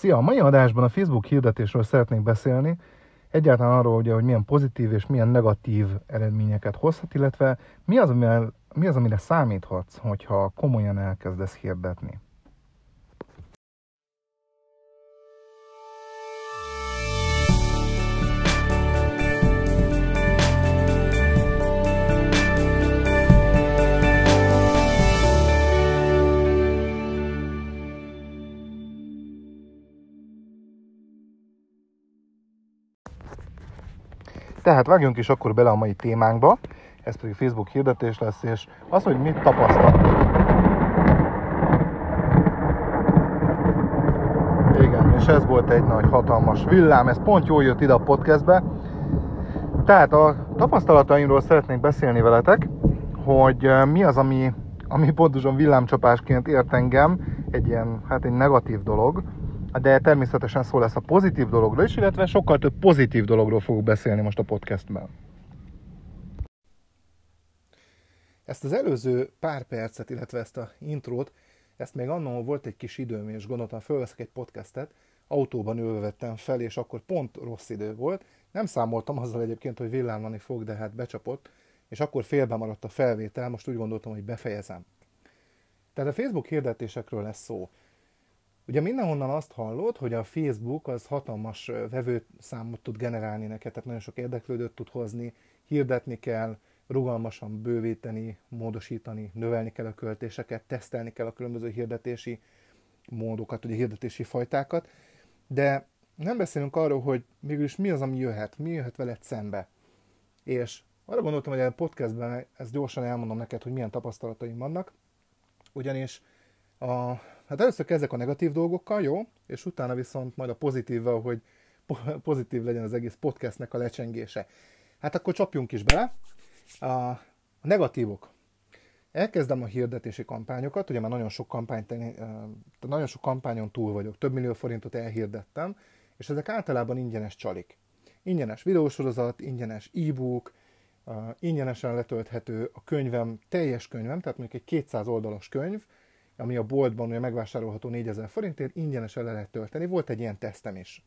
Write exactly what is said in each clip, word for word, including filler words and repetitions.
Szia! A mai adásban a Facebook hirdetésről szeretnék beszélni, egyáltalán arról, ugye, hogy milyen pozitív és milyen negatív eredményeket hozhat, illetve mi az, amire, mi az, amire számíthatsz, hogyha komolyan elkezdesz hirdetni. Tehát vágjunk is akkor bele a mai témánkba, ez pedig Facebook hirdetés lesz, és az, hogy mit tapasztal. Igen, és ez volt egy nagy hatalmas villám, ez pont jól jött ide a podcastbe. Tehát a tapasztalataimról szeretnék beszélni veletek, hogy mi az, ami, ami pontosan villámcsapásként ért engem, egy ilyen, hát egy negatív dolog, de természetesen szó lesz a pozitív dologról is, illetve sokkal több pozitív dologról fogok beszélni most a podcastben. Ezt az előző pár percet, illetve ezt a intrót, ezt még annól volt egy kis időm, és gondoltam, fölveszek egy podcastet, autóban ülve vettem fel, és akkor pont rossz idő volt. Nem számoltam azzal egyébként, hogy villámlani fog, de hát becsapott, és akkor félbe maradt a felvétel, most úgy gondoltam, hogy befejezem. Tehát a Facebook hirdetésekről lesz szó. Ugye mindenhonnan azt hallod, hogy a Facebook az hatalmas vevőszámot tud generálni neked, tehát nagyon sok érdeklődőt tud hozni, hirdetni kell, rugalmasan bővíteni, módosítani, növelni kell a költéseket, tesztelni kell a különböző hirdetési módokat, ugye hirdetési fajtákat, de nem beszélünk arról, hogy mégis mi az, ami jöhet, mi jöhet veled szembe. És arra gondoltam, hogy a podcastben ezt gyorsan elmondom neked, hogy milyen tapasztalataim vannak, ugyanis a Hát először kezdek a negatív dolgokkal, jó? És utána viszont majd a pozitívval, hogy pozitív legyen az egész podcastnek a lecsengése. Hát akkor csapjunk is bele. A negatívok. Elkezdem a hirdetési kampányokat, ugye már nagyon sok, kampányt, nagyon sok kampányon túl vagyok, több millió forintot elhirdettem, és ezek általában ingyenes csalik. Ingyenes videósorozat, ingyenes e-book, ingyenesen letölthető a könyvem, teljes könyvem, tehát mondjuk egy kétszáz oldalas könyv, ami a boltban ugye megvásárolható négyezer forintért, ingyenesen le lehet tölteni. Volt egy ilyen tesztem is.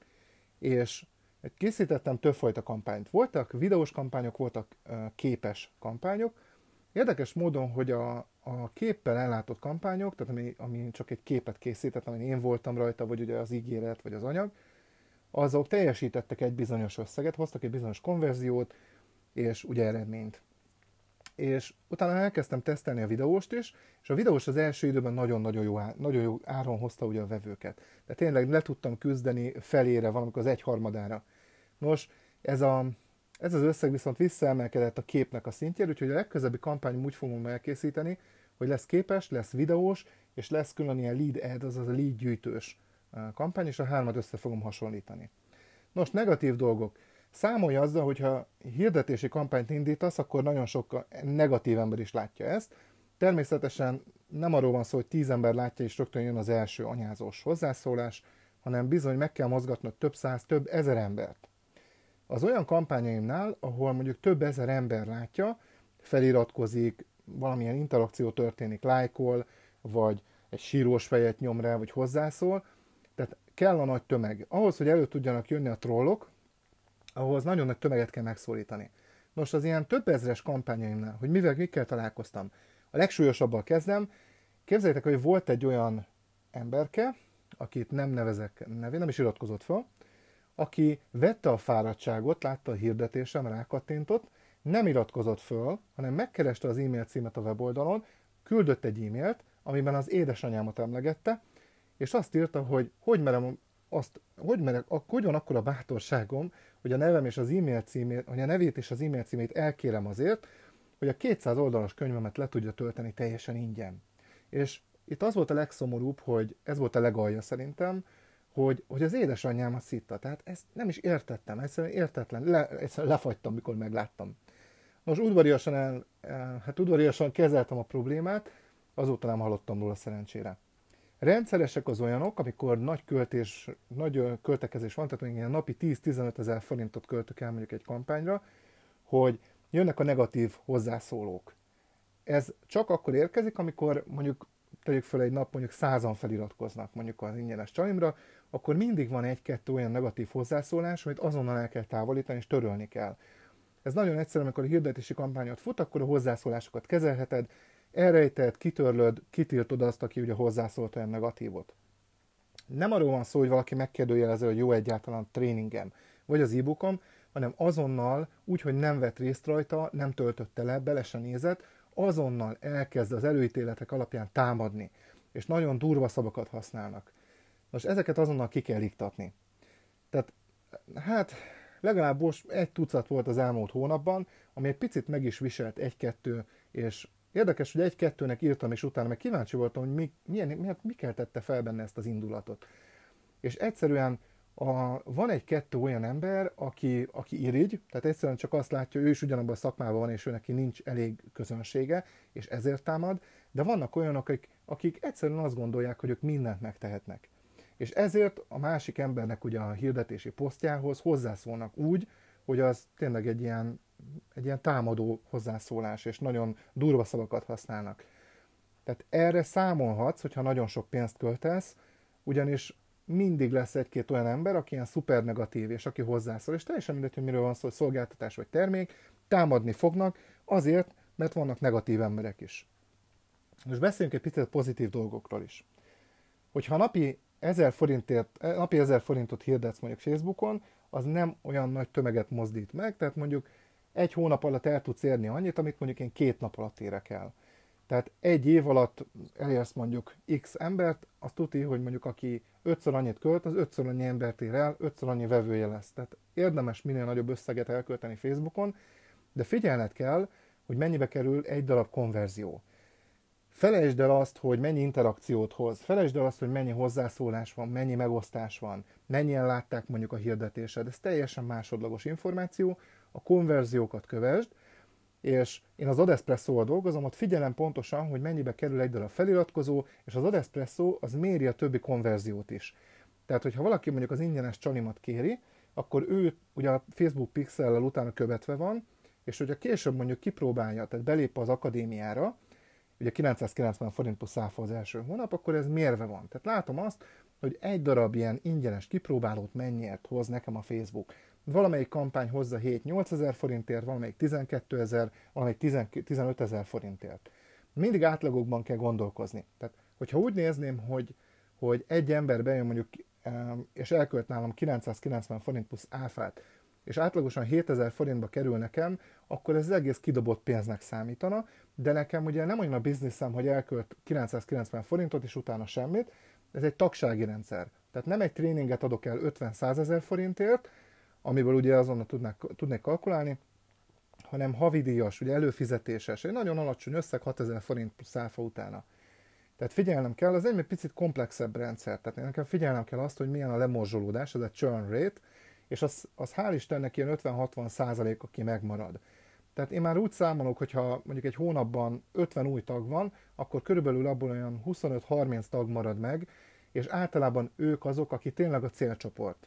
És készítettem többfajta kampányt. Voltak videós kampányok, voltak uh, képes kampányok. Érdekes módon, hogy a, a képpel ellátott kampányok, tehát ami, ami csak egy képet készítettem, ami én voltam rajta, vagy ugye az ígéret, vagy az anyag, azok teljesítettek egy bizonyos összeget, hoztak egy bizonyos konverziót, és ugye eredményt. És utána elkezdtem tesztelni a videóst is, és a videós az első időben nagyon-nagyon jó, nagyon jó áron hozta ugye a vevőket. De tényleg le tudtam küzdeni felére, valamikor az egyharmadára. Nos, ez, a, ez az összeg viszont visszaemelkedett a képnek a szintjére, úgyhogy a legközelebbi kampány úgy fogom elkészíteni, hogy lesz képes, lesz videós, és lesz külön ilyen lead ad, azaz a lead gyűjtős kampány, és a hármat össze fogom hasonlítani. Nos, negatív dolgok. Számolj azzal, hogyha hirdetési kampányt indítasz, akkor nagyon sok negatív ember is látja ezt. Természetesen nem arról van szó, hogy tíz ember látja és rögtön jön az első anyázós hozzászólás, hanem bizony meg kell mozgatnod több száz, több ezer embert. Az olyan kampányaimnál, ahol mondjuk több ezer ember látja, feliratkozik, valamilyen interakció történik, lájkol, vagy egy sírós fejet nyom rá, vagy hozzászól, tehát kell a nagy tömeg. Ahhoz, hogy elő tudjanak jönni a trollok, ahhoz nagyon nagy tömeget kell megszólítani. Nos, az ilyen több ezres kampányaimnál, hogy mivel mikkel találkoztam, a legsúlyosabbal kezdem. Képzeljétek, hogy volt egy olyan emberke, akit nem nevezek nevén, nem is iratkozott fel, aki vette a fáradtságot, látta a hirdetésem, rákattintott, nem iratkozott föl, hanem megkereste az e-mail címet a weboldalon, küldött egy e-mailt, amiben az édesanyámat emlegette, és azt írta, hogy hogy merem azt, hogy, merek, hogy van akkor a bátorságom, hogy a nevem és az e-mail címét, hogy a nevét és az e-mail címét elkérem azért, hogy a kétszáz oldalas könyvemet le tudja tölteni teljesen ingyen. És itt az volt a legszomorúbb, hogy ez volt a legalja szerintem, hogy, hogy az édesanyámat szitta. Tehát ezt nem is értettem, egyszerűen értetlen, le, egyszerűen lefagytam, mikor megláttam. Most udvariasan, el, hát udvariasan kezeltem a problémát, azóta nem hallottam róla szerencsére. Rendszeresek az olyanok, amikor nagy költés, nagy költekezés van, tehát ilyen napi tíz-tizenöt ezer forintot költök el mondjuk egy kampányra, hogy jönnek a negatív hozzászólók. Ez csak akkor érkezik, amikor mondjuk tegyük fel egy nap mondjuk százan feliratkoznak mondjuk az ingyenes csalimra, akkor mindig van egy-kettő olyan negatív hozzászólás, amit azonnal el kell távolítani és törölni kell. Ez nagyon egyszerű, amikor a hirdetési kampányot fut, akkor a hozzászólásokat kezelheted, elrejted, kitörlöd, kitiltod azt, aki ugye hozzászólt olyan negatívot. Nem arról van szó, hogy valaki megkérdőjelező, hogy jó egyáltalán a tréningem, vagy az e-bookom, hanem azonnal, úgy, hogy nem vett részt rajta, nem töltötte le, bele se nézett, azonnal elkezd az előítéletek alapján támadni, és nagyon durva szavakat használnak. Most ezeket azonnal ki kell iktatni. Tehát, hát legalább most egy tucat volt az elmúlt hónapban, ami egy picit meg is viselt egy-kettő, és érdekes, hogy egy-kettőnek írtam, és utána meg kíváncsi voltam, hogy mi, milyen, mi, mi keltette fel benne ezt az indulatot. És egyszerűen a, van egy-kettő olyan ember, aki, aki irigy, tehát egyszerűen csak azt látja, ő is ugyanabban a szakmában van, és ő neki nincs elég közönsége, és ezért támad, de vannak olyanok, akik, akik egyszerűen azt gondolják, hogy ők mindent megtehetnek. És ezért a másik embernek ugye a hirdetési posztjához hozzászólnak úgy, hogy az tényleg egy ilyen, egy ilyen támadó hozzászólás, és nagyon durva szavakat használnak. Tehát erre számolhatsz, hogyha nagyon sok pénzt költesz, ugyanis mindig lesz egy-két olyan ember, aki ilyen szuper negatív, és aki hozzászól, és teljesen mindegy, hogy miről van szó, hogy szolgáltatás vagy termék, támadni fognak azért, mert vannak negatív emberek is. Most beszéljünk egy picit pozitív dolgokról is. Hogyha napi ezer forintért, napi ezer forintot hirdetsz mondjuk Facebookon, az nem olyan nagy tömeget mozdít meg, tehát mondjuk egy hónap alatt el tudsz érni annyit, amit mondjuk én két nap alatt érek el. Tehát egy év alatt elérsz mondjuk X embert, azt tudja, hogy mondjuk aki ötször annyit költ, az ötször annyi embert ér el, ötször annyi vevője lesz. Tehát érdemes minél nagyobb összeget elkölteni Facebookon, de figyelned kell, hogy mennyibe kerül egy darab konverzió. Felejtsd el azt, hogy mennyi interakciót hoz, felejtsd el azt, hogy mennyi hozzászólás van, mennyi megosztás van, mennyien látták mondjuk a hirdetésed. Ez teljesen másodlagos információ, a konverziókat kövesd, és én az Adespresso-val dolgozom, ott figyelem pontosan, hogy mennyibe kerül egy darab feliratkozó, és az Adespresso az méri a többi konverziót is. Tehát, hogyha valaki mondjuk az ingyenes csalimat kéri, akkor ő ugye a Facebook Pixellel utána követve van, és hogyha később mondjuk kipróbálja, tehát belép az akadémiára, ugye kilencszázkilencven forint plusz áfa az első hónap, akkor ez mérve van. Tehát látom azt, hogy egy darab ilyen ingyenes kipróbálót mennyiért hoz nekem a Facebook. Valamelyik kampány hozza hét-nyolc ezer forintért, valamelyik tizenkét ezer, valamelyik tizenöt ezer forintért. Mindig átlagokban kell gondolkozni. Tehát, hogyha úgy nézném, hogy, hogy egy ember bejön mondjuk, és elkölt nálam kilencszázkilencven forint plusz áfát, és átlagosan hétezer forintba kerül nekem, akkor ez az egész kidobott pénznek számítana, de nekem ugye nem olyan a bizniszem, hogy elkölt kilencszázkilencven forintot, és utána semmit, ez egy tagsági rendszer. Tehát nem egy tréninget adok el ötven-száz ezer forintért, amiből ugye azonnal tudnék, tudnék kalkulálni, hanem havidíjas, ugye előfizetéses, egy nagyon alacsony összeg, hatezer forint plusz áfa utána. Tehát figyelnem kell, az egy picit komplexebb rendszer, tehát nekem figyelnem kell azt, hogy milyen a lemorzsolódás, ez a churn rate, és az, az hál' Istennek ilyen ötven-hatvan százalék, aki megmarad. Tehát én már úgy számolok, hogyha mondjuk egy hónapban ötven új tag van, akkor körülbelül abból olyan huszonöt-harminc tag marad meg, és általában ők azok, aki tényleg a célcsoport.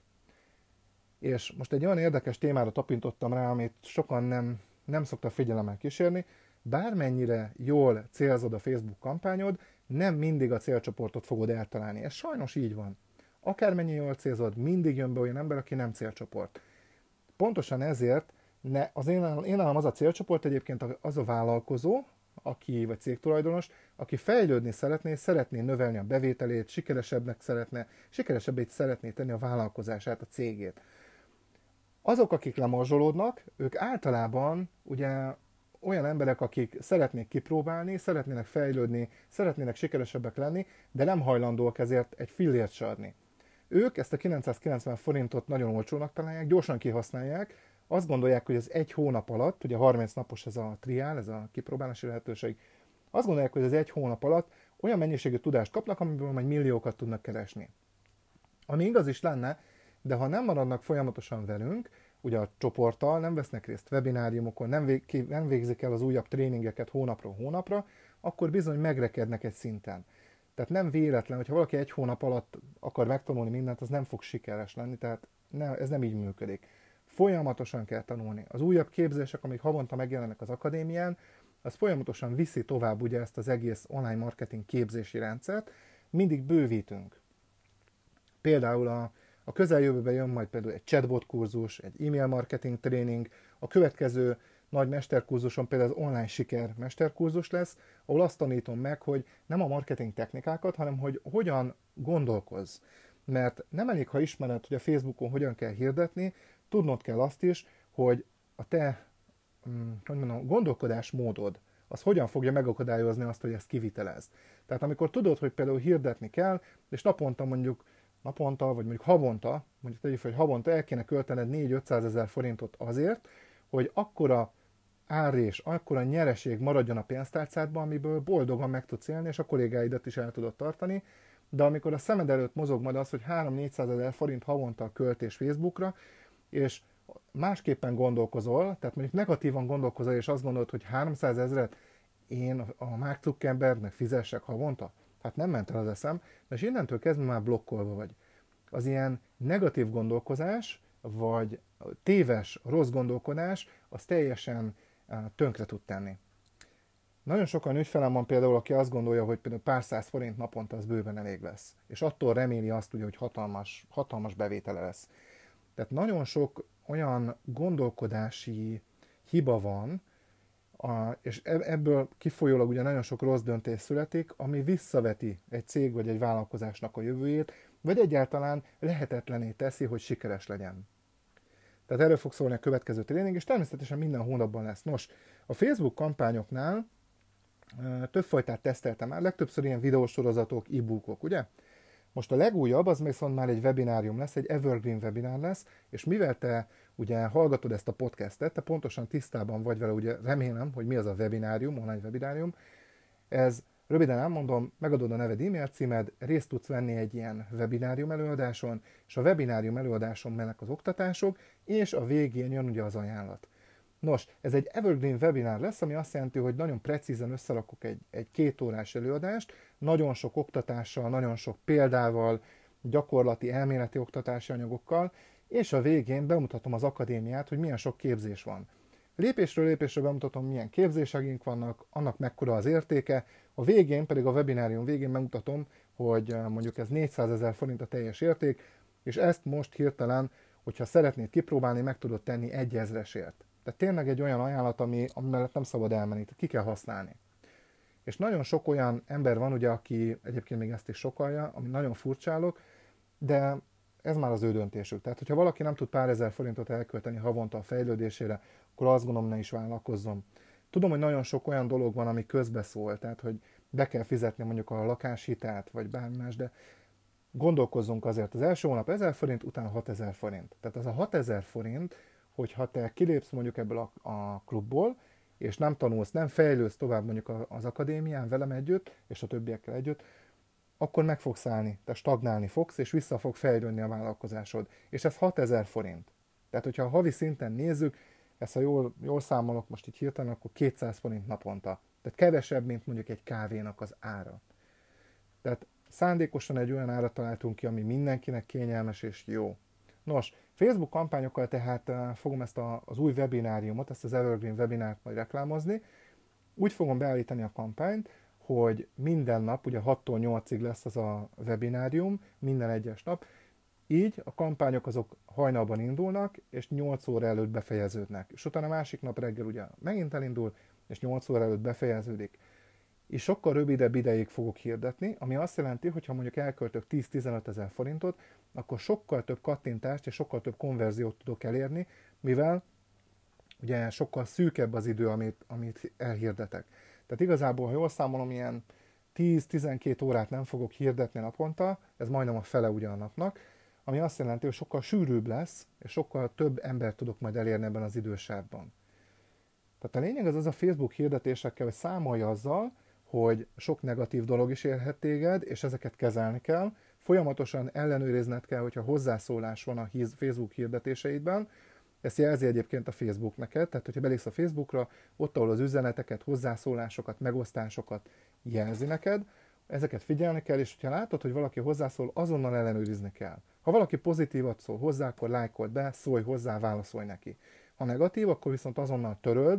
És most egy olyan érdekes témára tapintottam rá, amit sokan nem, nem szoktak figyelemmel kísérni, bármennyire jól célzod a Facebook kampányod, nem mindig a célcsoportot fogod eltalálni. Ez sajnos így van. Akármennyi jól célzod, mindig jön be olyan ember, aki nem célcsoport. Pontosan ezért ne, az én, én nálam az a célcsoport egyébként az a vállalkozó, aki, vagy cégtulajdonos, aki fejlődni szeretné, szeretné növelni a bevételét, sikeresebbnek szeretne, sikeresebbét szeretné tenni a vállalkozását, a cégét. Azok, akik lemorzsolódnak, ők általában ugye olyan emberek, akik szeretnék kipróbálni, szeretnének fejlődni, szeretnének sikeresebbek lenni, de nem hajlandóak ezért egy fillért se adni. Ők ezt a kilencszázkilencven forintot nagyon olcsónak találják, gyorsan kihasználják, azt gondolják, hogy ez egy hónap alatt, ugye harminc napos ez a triál, ez a kipróbálási lehetőség, azt gondolják, hogy ez egy hónap alatt olyan mennyiségű tudást kapnak, amiből majd milliókat tudnak keresni. Ami igaz is lenne, de ha nem maradnak folyamatosan velünk, ugye a csoporttal, nem vesznek részt webináriumokon, nem, vég, nem végzik el az újabb tréningeket hónapról hónapra, akkor bizony megrekednek egy szinten. Tehát nem véletlen, hogyha valaki egy hónap alatt akar megtanulni mindent, az nem fog sikeres lenni, tehát ne, ez nem így működik. Folyamatosan kell tanulni. Az újabb képzések, amik havonta megjelennek az akadémián, az folyamatosan viszi tovább ugye ezt az egész online marketing képzési rendszert, mindig bővítünk. Például a, a közeljövőben jön majd például egy chatbot kurzus, egy e-mail marketing tréning, a következő nagy mesterkurzuson például az online siker mesterkurzus lesz, ahol azt tanítom meg, hogy nem a marketing technikákat, hanem hogy hogyan gondolkozz. Mert nem elég, ha ismered, hogy a Facebookon hogyan kell hirdetni, tudnod kell azt is, hogy a te hogy mondom, gondolkodásmódod, az hogyan fogja megakadályozni azt, hogy ezt kivitelezd. Tehát amikor tudod, hogy például hirdetni kell, és naponta mondjuk, naponta, vagy mondjuk havonta, mondjuk tegyük fel, hogy havonta el kéne költened négy-ötszázezer forintot azért, hogy akkora árrés, akkora nyereség maradjon a pénztárcádban, amiből boldogan meg tudsz élni, és a kollégáidat is el tudod tartani, de amikor a szemed előtt mozog majd az, hogy három-négyszázezer forint havonta a költés Facebookra, és másképpen gondolkozol, tehát mondjuk negatívan gondolkozol, és azt gondolod, hogy háromszázezret én a Mark Zuckerbergnek fizessek havonta? Hát nem ment el az eszem, és innentől kezdve már blokkolva vagy. Az ilyen negatív gondolkozás, vagy téves, rossz gondolkodás, az teljesen tönkre tud tenni. Nagyon sokan ügyfelem van például, aki azt gondolja, hogy például pár száz forint naponta az bőven elég lesz. És attól reméli azt, ugye, hogy hatalmas, hatalmas bevétele lesz. Tehát nagyon sok olyan gondolkodási hiba van, a, és ebből kifolyólag ugye nagyon sok rossz döntés születik, ami visszaveti egy cég vagy egy vállalkozásnak a jövőjét, vagy egyáltalán lehetetlené teszi, hogy sikeres legyen. Tehát erről fog szólni a következő tréning, és természetesen minden hónapban lesz. Nos, a Facebook kampányoknál több fajtát teszteltem már, legtöbbször ilyen videósorozatok, e-bookok, ugye? Most a legújabb, az viszont már egy webinárium lesz, egy evergreen webinár lesz, és mivel te ugye hallgatod ezt a podcastet, te pontosan tisztában vagy vele, ugye remélem, hogy mi az a webinárium, online webinárium, ez röviden elmondom, megadod a neved, e-mail címed, részt tudsz venni egy ilyen webinárium előadáson, és a webinárium előadáson mennek az oktatások, és a végén jön ugye az ajánlat. Nos, ez egy evergreen webinár lesz, ami azt jelenti, hogy nagyon precízen összerakok egy, egy két órás előadást, nagyon sok oktatással, nagyon sok példával, gyakorlati, elméleti oktatási anyagokkal, és a végén bemutatom az akadémiát, hogy milyen sok képzés van. Lépésről lépésre bemutatom, milyen képzéseink vannak, annak mekkora az értéke, a végén pedig a webinárium végén megmutatom, hogy mondjuk ez négyszázezer forint a teljes érték, és ezt most hirtelen, hogyha szeretnéd kipróbálni, meg tudod tenni egy ezresért. Tehát tényleg egy olyan ajánlat, ami, ami mellett nem szabad elmenni, tehát ki kell használni. És nagyon sok olyan ember van, ugye, aki egyébként még ezt is sokalja, ami nagyon furcsálok, de ez már az ő döntésük. Tehát, hogyha valaki nem tud pár ezer forintot elkölteni havonta a fejlődésére, akkor azt gondolom, ne is vállalkozzon. Tudom, hogy nagyon sok olyan dolog van, ami közbeszól, tehát, hogy be kell fizetni mondjuk a lakáshitelt, vagy bármi más, de gondolkozzunk azért. Az első hónap ezer forint, utána hatezer forint. Tehát az a hatezer forint, hogyha te kilépsz mondjuk ebből a, a klubból, és nem tanulsz, nem fejlődsz tovább mondjuk az akadémián velem együtt, és a többiekkel együtt, akkor meg fogsz állni, te stagnálni fogsz, és vissza fog fejlődni a vállalkozásod. És ez hatezer forint. Tehát, hogyha a havi szinten nézzük, ezt ha jól, jól számolok most így hirtelen, akkor kétszáz forint naponta. Tehát kevesebb, mint mondjuk egy kávénak az ára. Tehát szándékosan egy olyan árat találtunk ki, ami mindenkinek kényelmes és jó. Nos, Facebook kampányokkal tehát fogom ezt a, az új webináriumot, ezt az Evergreen webinárt majd reklámozni. Úgy fogom beállítani a kampányt, hogy minden nap, ugye hattól nyolcig lesz az a webinárium, minden egyes nap, így a kampányok azok hajnalban indulnak, és nyolc óra előtt befejeződnek. És utána a másik nap reggel ugye megint elindul, és nyolc óra előtt befejeződik. És sokkal rövidebb ideig fogok hirdetni, ami azt jelenti, hogy ha mondjuk elköltök tíz-tizenöt ezer forintot, akkor sokkal több kattintást és sokkal több konverziót tudok elérni, mivel ugye sokkal szűkebb az idő, amit, amit elhirdetek. Tehát igazából, ha jól számolom, ilyen tíz-tizenkét órát nem fogok hirdetni naponta, ez majdnem a fele ugye a napnak, ami azt jelenti, hogy sokkal sűrűbb lesz, és sokkal több embert tudok majd elérni ebben az idősávban. Tehát a lényeg az az a Facebook hirdetésekkel, hogy számolj azzal, hogy sok negatív dolog is érhet téged, és ezeket kezelni kell. Folyamatosan ellenőrizned kell, hogyha hozzászólás van a Facebook hirdetéseidben. Ezt jelzi egyébként a Facebook neked, tehát hogyha belépsz a Facebookra, ott, ahol az üzeneteket, hozzászólásokat, megosztásokat jelzi neked, ezeket figyelni kell, és hogyha látod, hogy valaki hozzászól, azonnal ellenőrizni kell. Ha valaki pozitívat szól hozzá, akkor lájkold be, szólj hozzá, válaszolj neki. Ha negatív, akkor viszont azonnal töröld,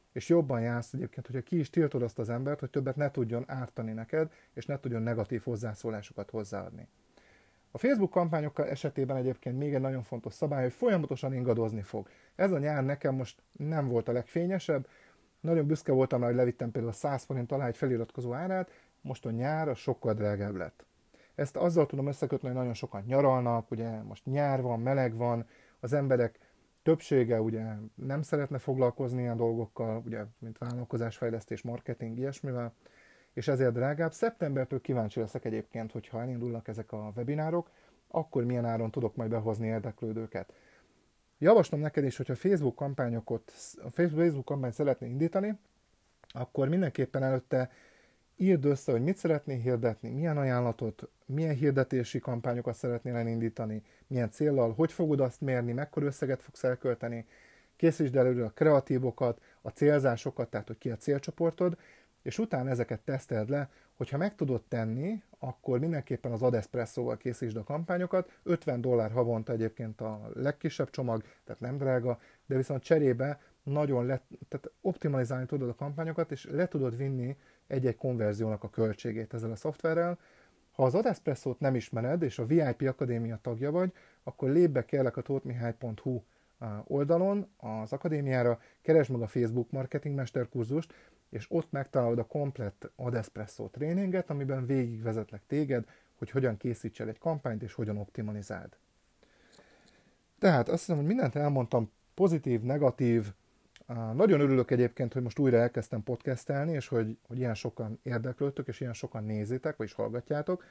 és jobban jársz egyébként, hogyha ki is tiltod azt az embert, hogy többet ne tudjon ártani neked, és ne tudjon negatív hozzászólásokat hozzáadni. A Facebook kampányok esetében egyébként még egy nagyon fontos szabály, hogy folyamatosan ingadozni fog. Ez a nyár nekem most nem volt a legfényesebb, nagyon büszke voltam rá, hogy levittem például száz forint alá egy feliratkozó árát, most a nyár a sokkal drágább lett. Ezt azzal tudom összekötni, hogy nagyon sokan nyaralnak, ugye most nyár van, meleg van, az emberek többsége ugye nem szeretne foglalkozni ilyen dolgokkal, ugye, mint vállalkozásfejlesztés, marketing, ilyesmivel, és ezért drágább. Szeptembertől kíváncsi leszek egyébként, hogyha elindulnak ezek a webinárok, akkor milyen áron tudok majd behozni érdeklődőket. Javaslom neked is, hogyha Facebook kampányokat, Facebook kampányt szeretné indítani, akkor mindenképpen előtte írd össze, hogy mit szeretnél hirdetni, milyen ajánlatot, milyen hirdetési kampányokat szeretnél elindítani, milyen céllal, hogy fogod azt mérni, mekkora összeget fogsz elkölteni, készítsd előre a kreatívokat, a célzásokat, tehát hogy ki a célcsoportod, és utána ezeket teszteld le, hogyha meg tudod tenni, akkor mindenképpen az Adespresso-val készítsd a kampányokat, ötven dollár havonta egyébként a legkisebb csomag, tehát nem drága, de viszont cserébe nagyon le, tehát optimalizálni tudod a kampányokat, és le tudod vinni egy-egy konverziónak a költségét ezzel a szoftverrel. Ha az Adespresso-t nem ismered, és a vé i pé Akadémia tagja vagy, akkor lépj be kérlek a tóthmihály pont hu oldalon az akadémiára, keresd meg a Facebook Marketing Mesterkurzust, és ott megtalálod a komplett Adespresso tréninget, amiben végigvezetlek téged, hogy hogyan készíts el egy kampányt, és hogyan optimalizáld. Tehát azt hiszem, hogy mindent elmondtam, pozitív, negatív. Nagyon örülök egyébként, hogy most újra elkezdtem podcastelni, és hogy, hogy ilyen sokan érdeklődtök, és ilyen sokan nézitek, vagy is hallgatjátok.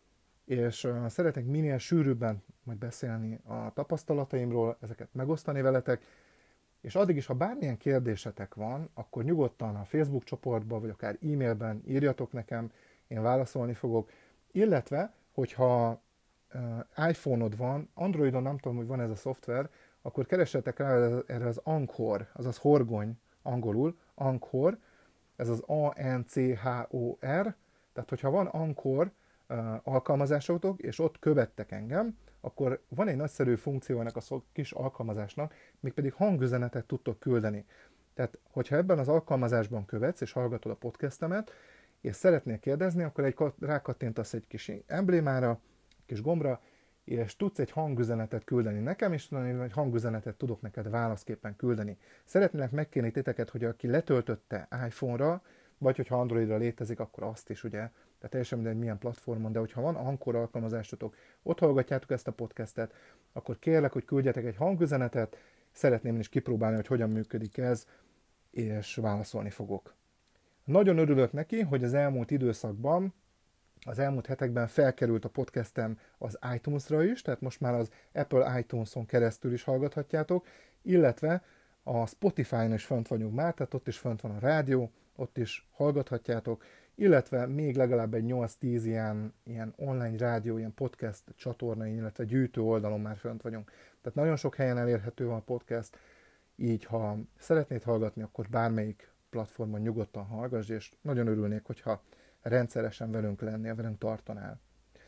És uh, szeretnék minél sűrűbben majd beszélni a tapasztalataimról, ezeket megosztani veletek, és addig is, ha bármilyen kérdésetek van, akkor nyugodtan a Facebook csoportba, vagy akár e-mailben írjatok nekem, én válaszolni fogok, illetve, hogyha uh, iPhone-od van, Androidon nem tudom, hogy van ez a szoftver, akkor keressetek rá erre az Anchor, azaz horgony angolul, Anchor, ez az A N C H O R, tehát hogyha van Anchor uh, alkalmazásotok, és ott követtek engem, akkor van egy nagyszerű funkció ennek a kis alkalmazásnak, mégpedig hangüzenetet tudtok küldeni. Tehát, hogyha ebben az alkalmazásban követsz, és hallgatod a podcastemet, és szeretnél kérdezni, akkor egy rákattintasz egy kis emblémára, kis gombra, és tudsz egy hangüzenetet küldeni nekem, és egy hangüzenetet tudok neked válaszképpen küldeni. Szeretnének megkérni titeket, hogy aki letöltötte iPhone-ra, vagy hogyha Androidra létezik, akkor azt is, ugye, tehát teljesen mindegy milyen platformon, de hogyha van Anchor alkalmazásotok, ott hallgatjátok ezt a podcastet, akkor kérlek, hogy küldjetek egy hangüzenetet, szeretném is kipróbálni, hogy hogyan működik ez, és válaszolni fogok. Nagyon örülök neki, hogy az elmúlt időszakban, az elmúlt hetekben felkerült a podcastem az iTunes-ra is, tehát most már az Apple iTunes-on keresztül is hallgathatjátok, illetve a Spotify-on is fönt vagyunk már, tehát ott is fönt van a rádió, ott is hallgathatjátok, illetve még legalább egy nyolc-tíz ilyen, ilyen online rádió, ilyen podcast csatornai, illetve gyűjtő oldalon már fönt vagyunk. Tehát nagyon sok helyen elérhető van a podcast, így ha szeretnéd hallgatni, akkor bármelyik platformon nyugodtan hallgass, és nagyon örülnék, hogyha rendszeresen velünk lennél, velünk tartanál.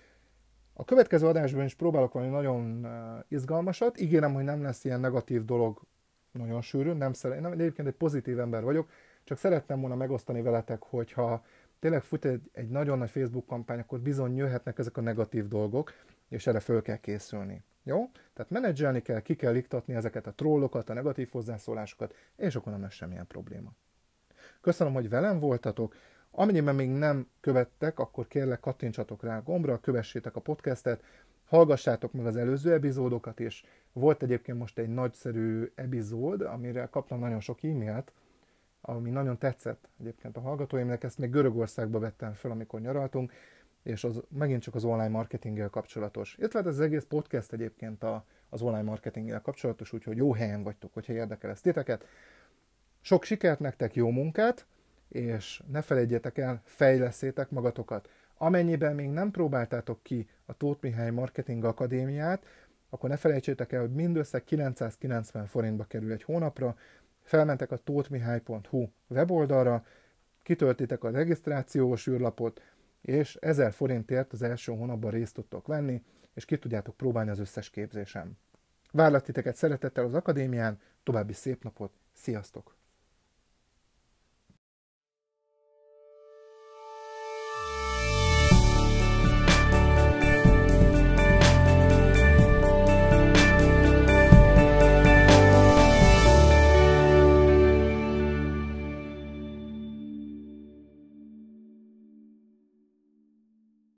A következő adásban is próbálok valami nagyon izgalmasat, ígérem, hogy nem lesz ilyen negatív dolog nagyon sűrűn, nem szeretném, egyébként egy pozitív ember vagyok, csak szerettem volna megosztani veletek, hogyha tényleg fut egy, egy nagyon nagy Facebook kampány, akkor bizony jöhetnek ezek a negatív dolgok, és erre föl kell készülni. Jó? Tehát menedzselni kell, ki kell iktatni ezeket a trollokat, a negatív hozzászólásokat, és akkor nem lesz semmilyen probléma. Köszönöm, hogy velem voltatok. Amennyiben még nem követtek, akkor kérlek kattintsatok rá a gombra, kövessétek a podcastet, hallgassátok meg az előző epizódokat is. Volt egyébként most egy nagyszerű epizód, amire kaptam nagyon sok e-mailt, ami nagyon tetszett egyébként a hallgatóimnek, ezt még Görögországba vettem fel, amikor nyaraltunk, és az megint csak az online marketinggel kapcsolatos. Illetve ez az egész podcast egyébként a, az online marketinggel kapcsolatos, úgyhogy jó helyen vagytok, hogyha érdekel ez titeket. Sok sikert nektek, jó munkát, és ne felejtjetek el, fejleszétek magatokat. Amennyiben még nem próbáltátok ki a Tóth Mihály Marketing Akadémiát, akkor ne felejtsétek el, hogy mindössze kilencszázkilencven forintba kerül egy hónapra, felmentek a tóthmihály pont hu weboldalra, kitöltitek a regisztrációs űrlapot, és ezer forintért az első hónapban részt tudtok venni, és ki tudjátok próbálni az összes képzésem. Várlak titeket szeretettel az akadémián, további szép napot, sziasztok!